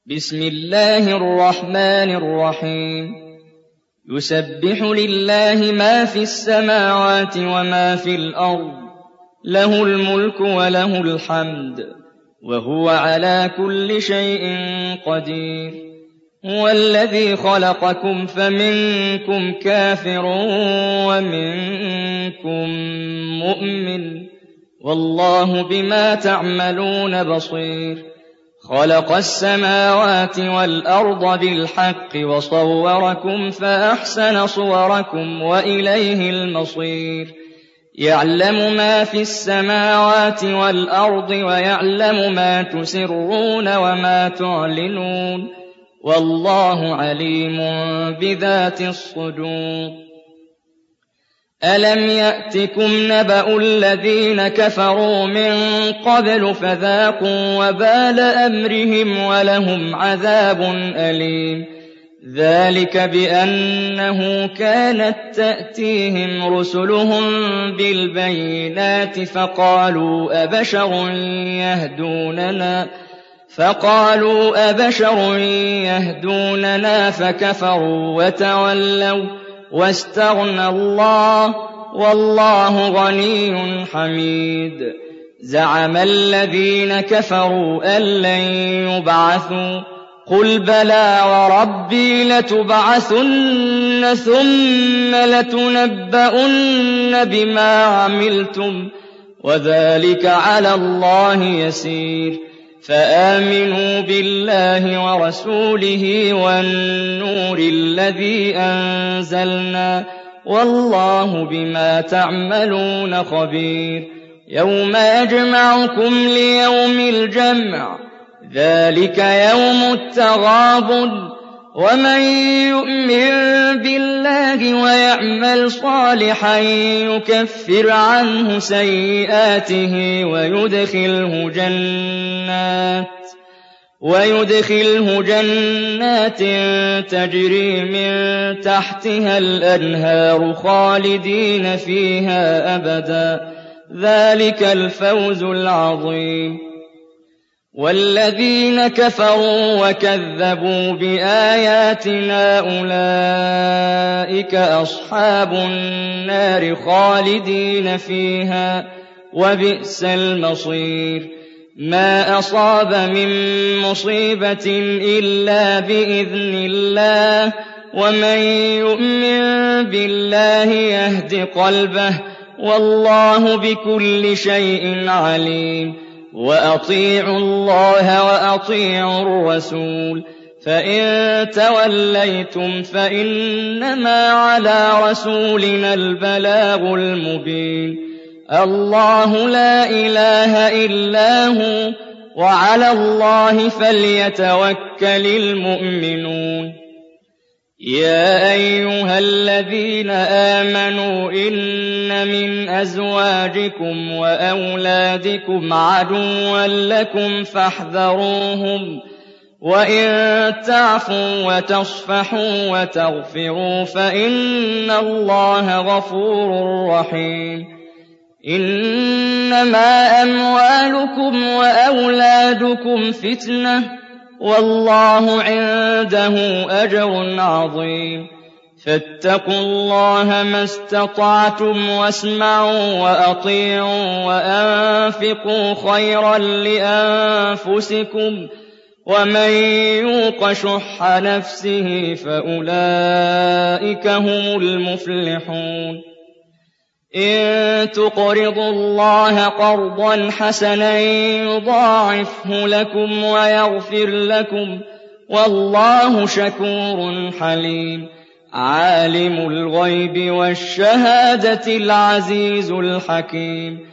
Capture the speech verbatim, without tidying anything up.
بسم الله الرحمن الرحيم يسبح لله ما في السماوات وما في الأرض له الملك وله الحمد وهو على كل شيء قدير هو الذي خلقكم فمنكم كافر ومنكم مؤمن والله بما تعملون بصير خلق السماوات والأرض بالحق وصوركم فأحسن صوركم وإليه المصير يعلم ما في السماوات والأرض ويعلم ما تسرون وما تعلنون والله عليم بذات الصدور ألم يأتكم نبأ الذين كفروا من قبل فذاقوا وبال أمرهم ولهم عذاب أليم ذلك بأنه كانت تأتيهم رسلهم بالبينات فقالوا أبشر يهدوننا فقالوا أبشر يهدوننا فكفروا وتولوا واستغنى الله والله غني حميد زعم الذين كفروا أن لن يبعثوا قل بلى وربي لتبعثن ثم لتنبؤن بما عملتم وذلك على الله يسير فآمنوا بالله ورسوله والنور الذي أنزلنا والله بما تعملون خبير يوم يجمعكم ليوم الجمع ذلك يوم التغابن ومن يؤمن بالله ويعمل صالحا يكفر عنه سيئاته ويدخله جنات ويدخله جنات تجري من تحتها الأنهار خالدين فيها أبدا ذلك الفوز العظيم والذين كفروا وكذبوا بآياتنا أولئك أصحاب النار خالدين فيها وبئس المصير ما أصاب من مصيبة إلا بإذن الله ومن يؤمن بالله يهد قلبه والله بكل شيء عليم وأطيعوا الله وأطيعوا الرسول فإن توليتم فإنما على رسولنا البلاغ المبين الله لا إله إلا هو وعلى الله فليتوكل المؤمنون يا أيها الذين آمنوا إن من أزواجكم وأولادكم عدوا لكم فاحذروهم وإن تعفوا وتصفحوا وتغفروا فإن الله غفور رحيم إنما أموالكم وأولادكم فتنة والله عنده أجر عظيم فاتقوا الله ما استطعتم واسمعوا وأطيعوا وأنفقوا خيرا لأنفسكم ومن يوق شح نفسه فأولئك هم المفلحون إن تقرضوا الله قرضا حسنا يضاعفه لكم ويغفر لكم والله شكور حليم عالم الغيب والشهادة العزيز الحكيم